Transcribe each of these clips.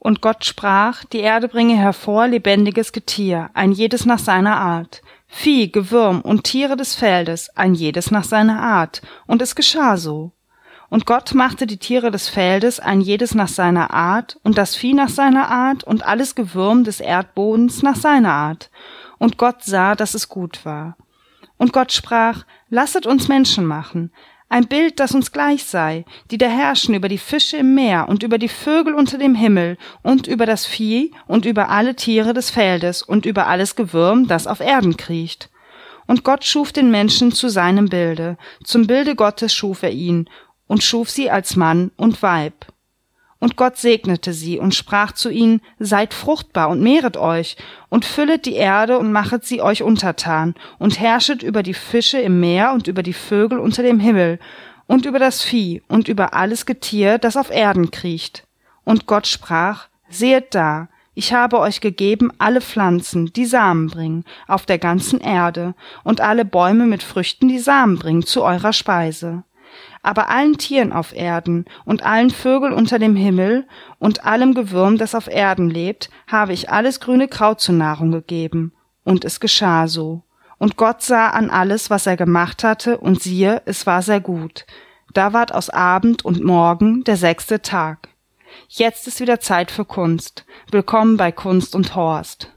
Und Gott sprach, die Erde bringe hervor lebendiges Getier, ein jedes nach seiner Art, Vieh, Gewürm und Tiere des Feldes, ein jedes nach seiner Art. Und es geschah so. Und Gott machte die Tiere des Feldes, ein jedes nach seiner Art, und das Vieh nach seiner Art, und alles Gewürm des Erdbodens nach seiner Art. Und Gott sah, dass es gut war. Und Gott sprach, lasset uns Menschen machen, ein Bild, das uns gleich sei, die da herrschen über die Fische im Meer und über die Vögel unter dem Himmel und über das Vieh und über alle Tiere des Feldes und über alles Gewürm, das auf Erden kriecht. Und Gott schuf den Menschen zu seinem Bilde, zum Bilde Gottes schuf er ihn und schuf sie als Mann und Weib. Und Gott segnete sie und sprach zu ihnen, seid fruchtbar und mehret euch und füllet die Erde und machet sie euch untertan und herrschet über die Fische im Meer und über die Vögel unter dem Himmel und über das Vieh und über alles Getier, das auf Erden kriecht. Und Gott sprach, sehet da, ich habe euch gegeben alle Pflanzen, die Samen bringen, auf der ganzen Erde, und alle Bäume mit Früchten, die Samen bringen, zu eurer Speise. Aber allen Tieren auf Erden und allen Vögeln unter dem Himmel und allem Gewürm, das auf Erden lebt, habe ich alles grüne Kraut zur Nahrung gegeben. Und es geschah so. Und Gott sah an alles, was er gemacht hatte, und siehe, es war sehr gut. Da ward aus Abend und Morgen der 6. Tag. Jetzt ist wieder Zeit für Kunst. Willkommen bei Kunst und Horst.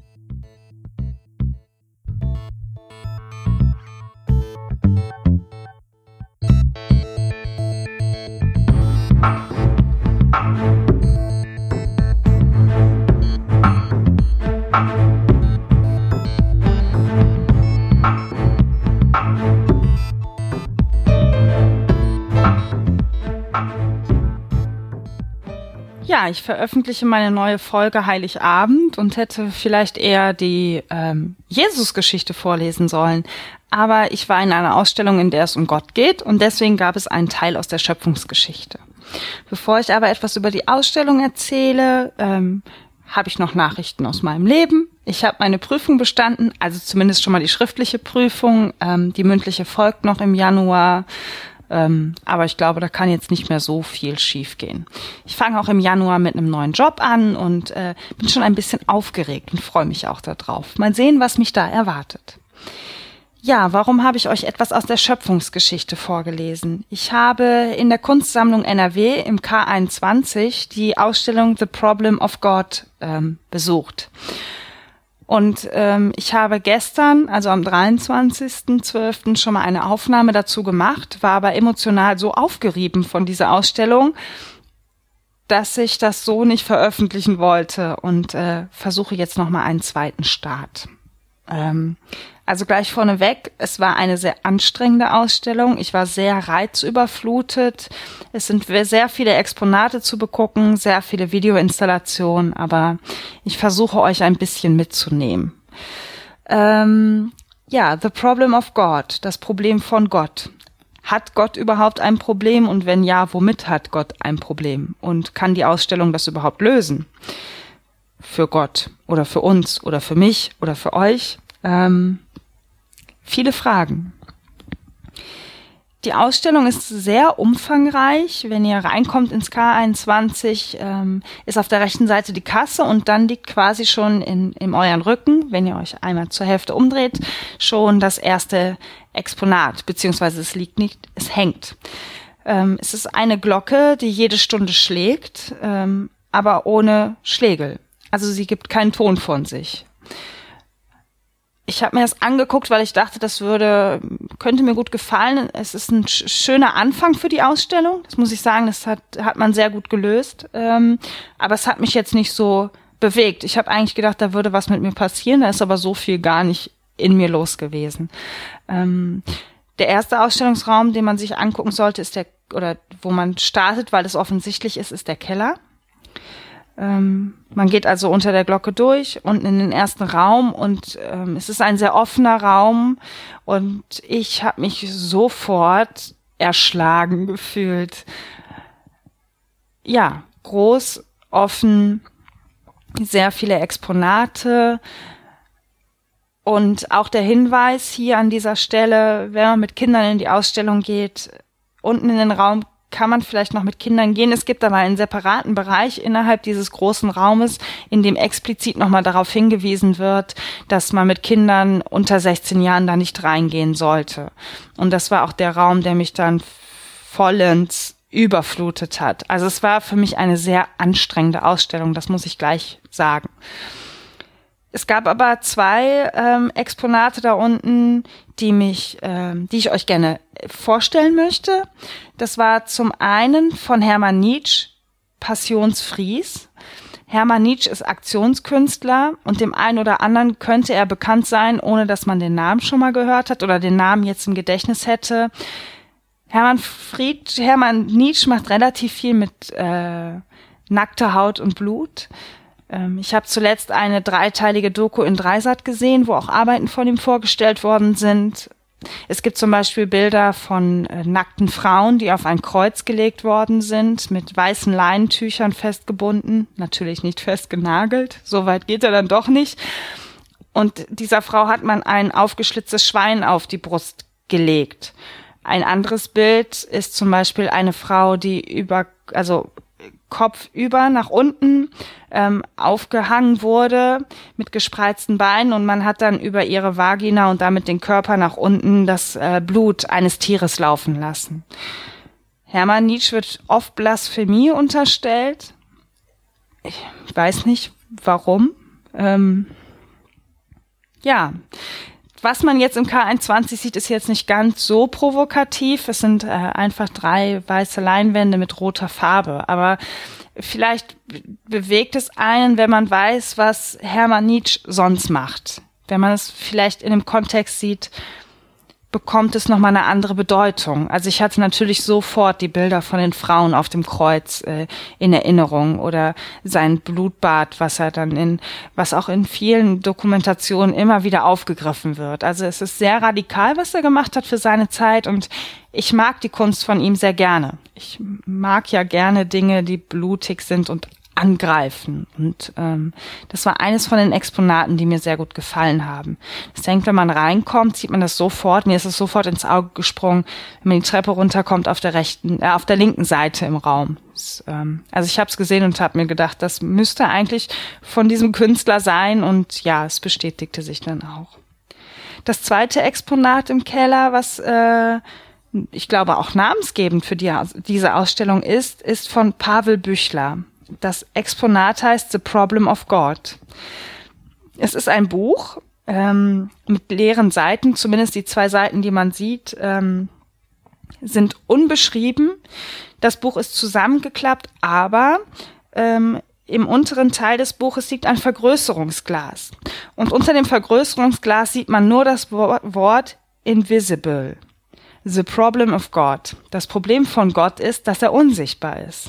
Ja, ich veröffentliche meine neue Folge Heiligabend und hätte vielleicht eher die Jesus-Geschichte vorlesen sollen. Aber ich war in einer Ausstellung, in der es um Gott geht, und deswegen gab es einen Teil aus der Schöpfungsgeschichte. Bevor ich aber etwas über die Ausstellung erzähle, habe ich noch Nachrichten aus meinem Leben. Ich habe meine Prüfung bestanden, also zumindest schon mal die schriftliche Prüfung. Die mündliche folgt noch im Januar. Aber ich glaube, da kann jetzt nicht mehr so viel schiefgehen. Ich fange auch im Januar mit einem neuen Job an und bin schon ein bisschen aufgeregt und freue mich auch darauf. Mal sehen, was mich da erwartet. Ja, warum habe ich euch etwas aus der Schöpfungsgeschichte vorgelesen? Ich habe in der Kunstsammlung NRW im K21 die Ausstellung The Problem of God besucht. Und ich habe gestern, also am 23.12. schon mal eine Aufnahme dazu gemacht, war aber emotional so aufgerieben von dieser Ausstellung, dass ich das so nicht veröffentlichen wollte und versuche jetzt nochmal einen zweiten Start. Also gleich vorneweg, es war eine sehr anstrengende Ausstellung. Ich war sehr reizüberflutet. Es sind sehr viele Exponate zu begucken, sehr viele Videoinstallationen, aber ich versuche euch ein bisschen mitzunehmen. The Problem of God, das Problem von Gott. Hat Gott überhaupt ein Problem, und wenn ja, womit hat Gott ein Problem? Und kann die Ausstellung das überhaupt lösen? Für Gott oder für uns oder für mich oder für euch? Viele Fragen. Die Ausstellung ist sehr umfangreich. Wenn ihr reinkommt ins K21, ist auf der rechten Seite die Kasse und dann liegt quasi schon in euren Rücken, wenn ihr euch einmal zur Hälfte umdreht, schon das erste Exponat, beziehungsweise es liegt nicht, es hängt. Es ist eine Glocke, die jede Stunde schlägt, aber ohne Schlägel. Also sie gibt keinen Ton von sich. Ich habe mir das angeguckt, weil ich dachte, könnte mir gut gefallen. Es ist ein schöner Anfang für die Ausstellung. Das muss ich sagen, das hat man sehr gut gelöst. Aber es hat mich jetzt nicht so bewegt. Ich habe eigentlich gedacht, da würde was mit mir passieren. Da ist aber so viel gar nicht in mir los gewesen. Der erste Ausstellungsraum, den man sich angucken sollte, wo man startet, weil es offensichtlich ist der Keller. Man geht also unter der Glocke durch und in den ersten Raum und es ist ein sehr offener Raum und ich habe mich sofort erschlagen gefühlt. Ja, groß, offen, sehr viele Exponate und auch der Hinweis hier an dieser Stelle, wenn man mit Kindern in die Ausstellung geht, unten in den Raum kann man vielleicht noch mit Kindern gehen. Es gibt aber einen separaten Bereich innerhalb dieses großen Raumes, in dem explizit nochmal darauf hingewiesen wird, dass man mit Kindern unter 16 Jahren da nicht reingehen sollte. Und das war auch der Raum, der mich dann vollends überflutet hat. Also es war für mich eine sehr anstrengende Ausstellung, das muss ich gleich sagen. Es gab aber 2 Exponate da unten, die ich euch gerne vorstellen möchte. Das war zum einen von Hermann Nitsch, Passionsfries. Hermann Nitsch ist Aktionskünstler und dem einen oder anderen könnte er bekannt sein, ohne dass man den Namen schon mal gehört hat oder den Namen jetzt im Gedächtnis hätte. Hermann Nitsch macht relativ viel mit nackter Haut und Blut. Ich habe zuletzt eine 3-teilige Doku in Dreisat gesehen, wo auch Arbeiten von ihm vorgestellt worden sind. Es gibt zum Beispiel Bilder von nackten Frauen, die auf ein Kreuz gelegt worden sind, mit weißen Leinentüchern festgebunden, natürlich nicht festgenagelt, so weit geht er dann doch nicht. Und dieser Frau hat man ein aufgeschlitztes Schwein auf die Brust gelegt. Ein anderes Bild ist zum Beispiel eine Frau, die kopfüber nach unten aufgehangen wurde mit gespreizten Beinen und man hat dann über ihre Vagina und damit den Körper nach unten das Blut eines Tieres laufen lassen. Hermann Nitsch wird oft Blasphemie unterstellt. Ich weiß nicht, warum. Was man jetzt im K21 sieht, ist jetzt nicht ganz so provokativ. Es sind einfach 3 weiße Leinwände mit roter Farbe. Aber vielleicht bewegt es einen, wenn man weiß, was Hermann Nitsch sonst macht. Wenn man es vielleicht in dem Kontext sieht, bekommt es nochmal eine andere Bedeutung. Also ich hatte natürlich sofort die Bilder von den Frauen auf dem Kreuz in Erinnerung oder sein Blutbad, was auch in vielen Dokumentationen immer wieder aufgegriffen wird. Also es ist sehr radikal, was er gemacht hat für seine Zeit und ich mag die Kunst von ihm sehr gerne. Ich mag ja gerne Dinge, die blutig sind und angreifen. Und das war eines von den Exponaten, die mir sehr gut gefallen haben. Ich denke, wenn man reinkommt, sieht man das sofort. Mir ist es sofort ins Auge gesprungen, wenn man die Treppe runterkommt auf der linken Seite im Raum. Also ich habe es gesehen und habe mir gedacht, das müsste eigentlich von diesem Künstler sein. Und ja, es bestätigte sich dann auch. Das zweite Exponat im Keller, was ich glaube auch namensgebend für diese Ausstellung ist von Pavel Büchler. Das Exponat heißt The Problem of God. Es ist ein Buch mit leeren Seiten, zumindest die 2 Seiten, die man sieht, sind unbeschrieben. Das Buch ist zusammengeklappt, aber im unteren Teil des Buches liegt ein Vergrößerungsglas. Und unter dem Vergrößerungsglas sieht man nur das Wort invisible. The Problem of God. Das Problem von Gott ist, dass er unsichtbar ist.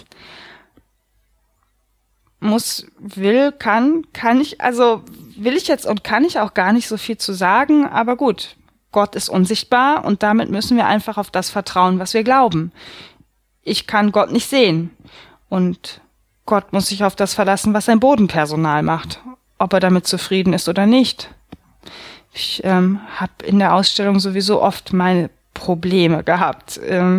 Kann ich auch gar nicht so viel zu sagen, aber gut, Gott ist unsichtbar und damit müssen wir einfach auf das vertrauen, was wir glauben. Ich kann Gott nicht sehen und Gott muss sich auf das verlassen, was sein Bodenpersonal macht, ob er damit zufrieden ist oder nicht. Ich habe in der Ausstellung sowieso oft meine Probleme gehabt.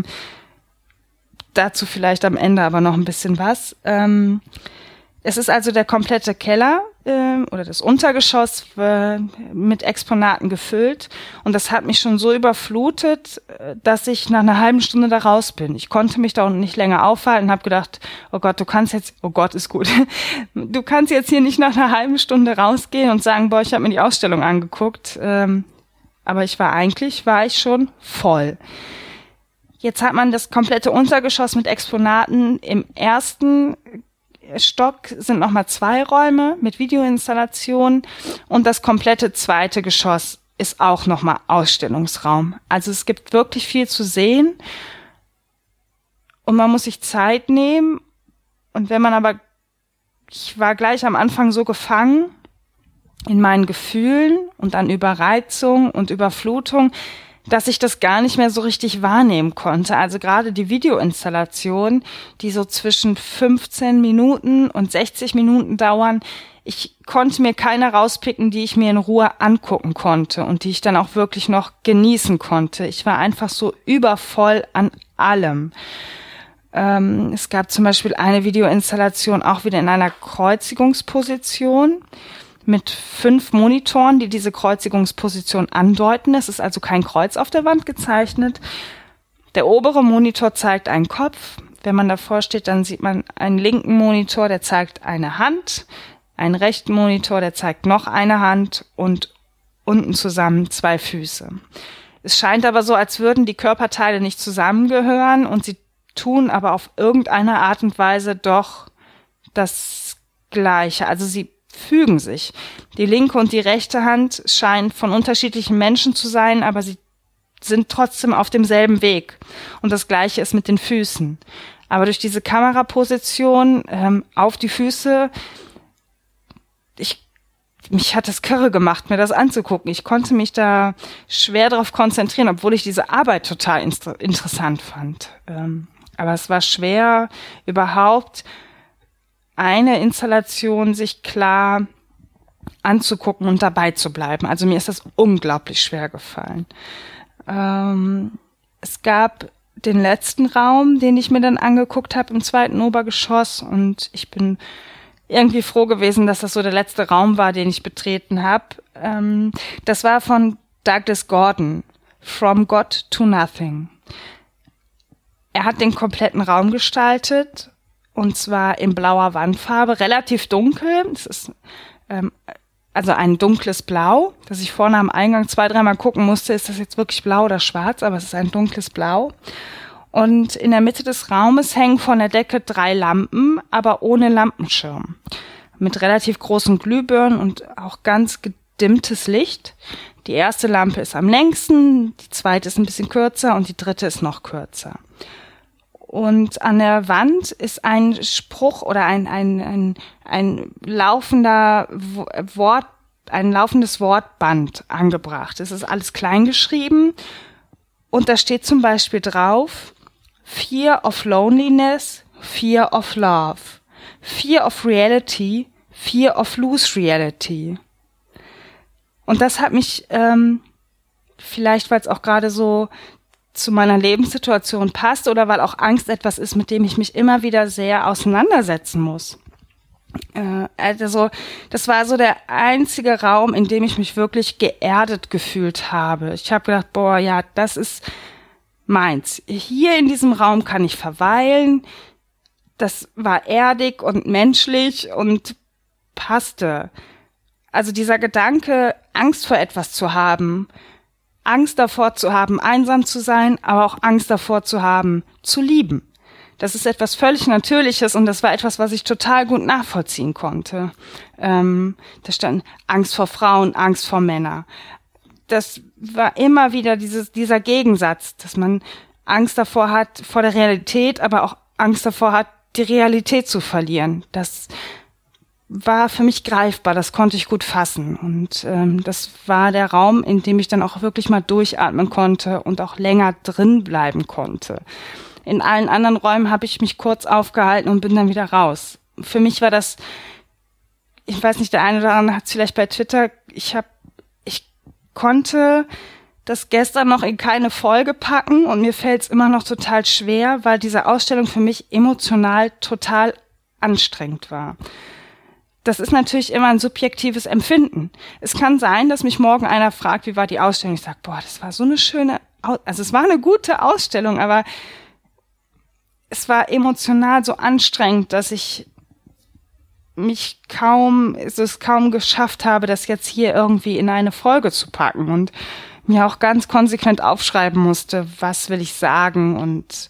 Dazu vielleicht am Ende aber noch ein bisschen was. Es ist also der komplette Keller oder das Untergeschoss mit Exponaten gefüllt und das hat mich schon so überflutet, dass ich nach einer halben Stunde da raus bin. Ich konnte mich da unten nicht länger aufhalten und habe gedacht, oh Gott ist gut, du kannst jetzt hier nicht nach einer halben Stunde rausgehen und sagen, boah, ich habe mir die Ausstellung angeguckt, aber ich war schon voll. Jetzt hat man das komplette Untergeschoss mit Exponaten. Im ersten Stock sind nochmal 2 Räume mit Videoinstallation und das komplette zweite Geschoss ist auch nochmal Ausstellungsraum. Also es gibt wirklich viel zu sehen und man muss sich Zeit nehmen und ich war gleich am Anfang so gefangen in meinen Gefühlen und an Überreizung und Überflutung, dass ich das gar nicht mehr so richtig wahrnehmen konnte. Also gerade die Videoinstallation, die so zwischen 15 Minuten und 60 Minuten dauern, ich konnte mir keine rauspicken, die ich mir in Ruhe angucken konnte und die ich dann auch wirklich noch genießen konnte. Ich war einfach so übervoll an allem. Es gab zum Beispiel eine Videoinstallation auch wieder in einer Kreuzigungsposition mit 5 Monitoren, die diese Kreuzigungsposition andeuten. Es ist also kein Kreuz auf der Wand gezeichnet. Der obere Monitor zeigt einen Kopf. Wenn man davor steht, dann sieht man einen linken Monitor, der zeigt eine Hand, einen rechten Monitor, der zeigt noch eine Hand und unten zusammen 2 Füße. Es scheint aber so, als würden die Körperteile nicht zusammengehören und sie tun aber auf irgendeine Art und Weise doch das Gleiche. Also sie fügen sich. Die linke und die rechte Hand scheinen von unterschiedlichen Menschen zu sein, aber sie sind trotzdem auf demselben Weg. Und das Gleiche ist mit den Füßen. Aber durch diese Kameraposition auf die Füße, mich hat das kirre gemacht, mir das anzugucken. Ich konnte mich da schwer darauf konzentrieren, obwohl ich diese Arbeit total interessant fand. Aber es war schwer, überhaupt eine Installation sich klar anzugucken und dabei zu bleiben. Also mir ist das unglaublich schwer gefallen. Es gab den letzten Raum, den ich mir dann angeguckt habe im 2. Obergeschoss, und ich bin irgendwie froh gewesen, dass das so der letzte Raum war, den ich betreten habe. Das war von Douglas Gordon, From God to Nothing. Er hat den kompletten Raum gestaltet, und zwar in blauer Wandfarbe, relativ dunkel. Es ist also ein dunkles Blau, dass ich vorne am Eingang 2-3 Mal gucken musste, ist das jetzt wirklich blau oder schwarz, aber es ist ein dunkles Blau. Und in der Mitte des Raumes hängen von der Decke 3 Lampen, aber ohne Lampenschirm. Mit relativ großen Glühbirnen und auch ganz gedimmtes Licht. Die erste Lampe ist am längsten, die zweite ist ein bisschen kürzer und die dritte ist noch kürzer. Und an der Wand ist ein Spruch oder ein laufendes Wortband angebracht. Es ist alles klein geschrieben und da steht zum Beispiel drauf: Fear of loneliness, fear of love, fear of reality, fear of loose reality. Und das hat mich, vielleicht weil es auch gerade so zu meiner Lebenssituation passt oder weil auch Angst etwas ist, mit dem ich mich immer wieder sehr auseinandersetzen muss. Also das war so der einzige Raum, in dem ich mich wirklich geerdet gefühlt habe. Ich habe gedacht, boah, ja, das ist meins. Hier in diesem Raum kann ich verweilen. Das war erdig und menschlich und passte. Also dieser Gedanke, Angst vor etwas zu haben, Angst davor zu haben, einsam zu sein, aber auch Angst davor zu haben, zu lieben. Das ist etwas völlig Natürliches und das war etwas, was ich total gut nachvollziehen konnte. Da stand Angst vor Frauen, Angst vor Männern. Das war immer wieder dieser Gegensatz, dass man Angst davor hat, vor der Realität, aber auch Angst davor hat, die Realität zu verlieren. Das war für mich greifbar, das konnte ich gut fassen. Und das war der Raum, in dem ich dann auch wirklich mal durchatmen konnte und auch länger drin bleiben konnte. In allen anderen Räumen habe ich mich kurz aufgehalten und bin dann wieder raus. Für mich war das, ich weiß nicht, der eine oder andere hat es vielleicht bei Twitter, ich konnte das gestern noch in keine Folge packen und mir fällt es immer noch total schwer, weil diese Ausstellung für mich emotional total anstrengend war. Das ist natürlich immer ein subjektives Empfinden. Es kann sein, dass mich morgen einer fragt, wie war die Ausstellung? Ich sage, boah, das war so eine schöne, also es war eine gute Ausstellung, aber es war emotional so anstrengend, dass ich es kaum geschafft habe, das jetzt hier irgendwie in eine Folge zu packen und mir auch ganz konsequent aufschreiben musste, was will ich sagen, und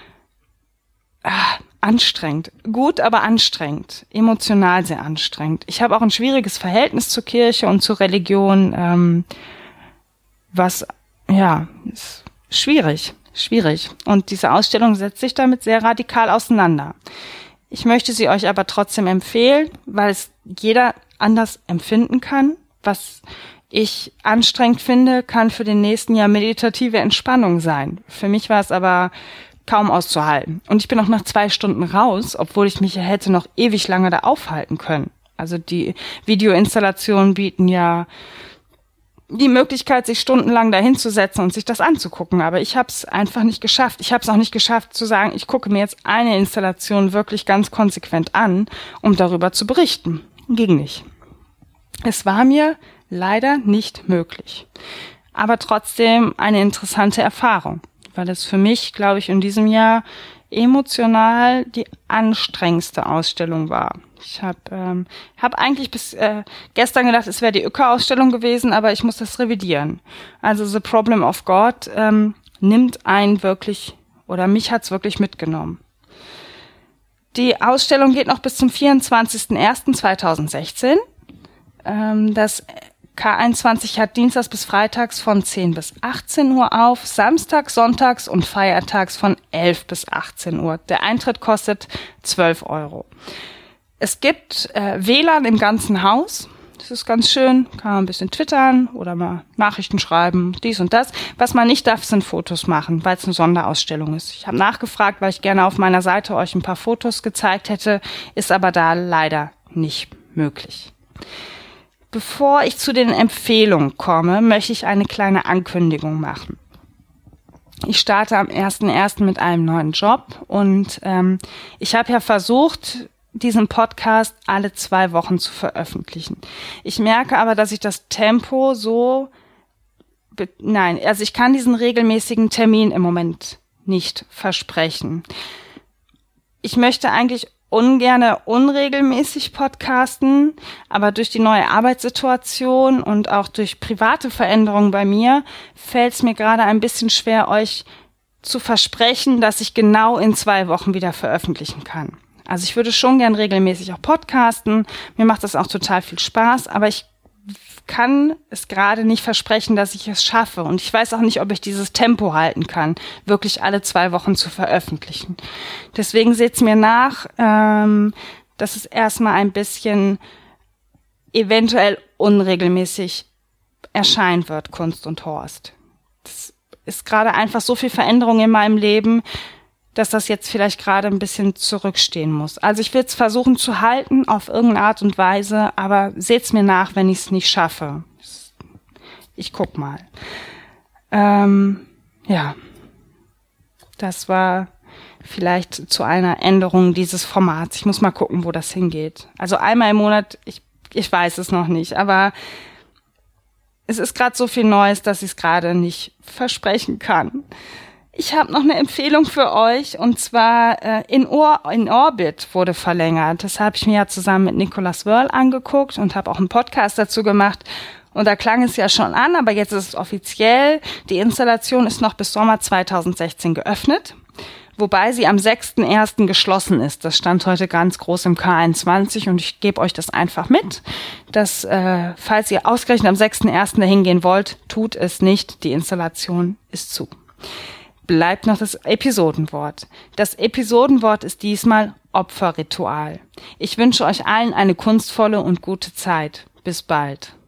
anstrengend. Gut, aber anstrengend. Emotional sehr anstrengend. Ich habe auch ein schwieriges Verhältnis zur Kirche und zur Religion, was, ja, ist schwierig. Und diese Ausstellung setzt sich damit sehr radikal auseinander. Ich möchte sie euch aber trotzdem empfehlen, weil es jeder anders empfinden kann. Was ich anstrengend finde, kann für den nächsten Jahr meditative Entspannung sein. Für mich war es aber kaum auszuhalten. Und ich bin auch nach 2 Stunden raus, obwohl ich mich hätte noch ewig lange da aufhalten können. Also die Videoinstallationen bieten ja die Möglichkeit, sich stundenlang dahin zu setzen und sich das anzugucken. Aber ich habe es einfach nicht geschafft. Ich habe es auch nicht geschafft zu sagen, ich gucke mir jetzt eine Installation wirklich ganz konsequent an, um darüber zu berichten. Ging nicht. Es war mir leider nicht möglich. Aber trotzdem eine interessante Erfahrung, weil es für mich, glaube ich, in diesem Jahr emotional die anstrengendste Ausstellung war. Ich hab eigentlich bis gestern gedacht, es wäre die Öko-Ausstellung gewesen, aber ich muss das revidieren. Also The Problem of God nimmt einen wirklich, oder mich hat's wirklich mitgenommen. Die Ausstellung geht noch bis zum 24.01.2016. Das K21 hat dienstags bis freitags von 10 bis 18 Uhr auf, samstags, sonntags und feiertags von 11 bis 18 Uhr. Der Eintritt kostet 12 €. Es gibt WLAN im ganzen Haus. Das ist ganz schön. Kann man ein bisschen twittern oder mal Nachrichten schreiben, dies und das. Was man nicht darf, sind Fotos machen, weil es eine Sonderausstellung ist. Ich habe nachgefragt, weil ich gerne auf meiner Seite euch ein paar Fotos gezeigt hätte, ist aber da leider nicht möglich. Bevor ich zu den Empfehlungen komme, möchte ich eine kleine Ankündigung machen. Ich starte am 1.1. mit einem neuen Job und ich habe ja versucht, diesen Podcast alle 2 Wochen zu veröffentlichen. Ich merke aber, dass ich das Tempo ich kann diesen regelmäßigen Termin im Moment nicht versprechen. Ich möchte eigentlich ungerne unregelmäßig podcasten, aber durch die neue Arbeitssituation und auch durch private Veränderungen bei mir fällt es mir gerade ein bisschen schwer, euch zu versprechen, dass ich genau in 2 Wochen wieder veröffentlichen kann. Also ich würde schon gern regelmäßig auch podcasten, mir macht das auch total viel Spaß, aber ich kann es gerade nicht versprechen, dass ich es schaffe. Und ich weiß auch nicht, ob ich dieses Tempo halten kann, wirklich alle 2 Wochen zu veröffentlichen. Deswegen seht's mir nach, dass es erstmal ein bisschen eventuell unregelmäßig erscheinen wird, Kunst und Horst. Das ist gerade einfach so viel Veränderung in meinem Leben, dass das jetzt vielleicht gerade ein bisschen zurückstehen muss. Also ich will es versuchen zu halten auf irgendeine Art und Weise, aber seht's mir nach, wenn ich es nicht schaffe. Ich guck mal. Ja, das war vielleicht zu einer Änderung dieses Formats. Ich muss mal gucken, wo das hingeht. Also einmal im Monat, ich weiß es noch nicht, aber es ist gerade so viel Neues, dass ich es gerade nicht versprechen kann. Ich habe noch eine Empfehlung für euch, und zwar In Orbit wurde verlängert. Das habe ich mir ja zusammen mit Nicolas Wörl angeguckt und habe auch einen Podcast dazu gemacht. Und da klang es ja schon an, aber jetzt ist es offiziell. Die Installation ist noch bis Sommer 2016 geöffnet, wobei sie am 6.1. geschlossen ist. Das stand heute ganz groß im K21 und ich gebe euch das einfach mit, dass falls ihr ausgerechnet am 6.1. dahin gehen wollt, tut es nicht. Die Installation ist zu. Bleibt noch das Episodenwort. Das Episodenwort ist diesmal Opferritual. Ich wünsche euch allen eine kunstvolle und gute Zeit. Bis bald.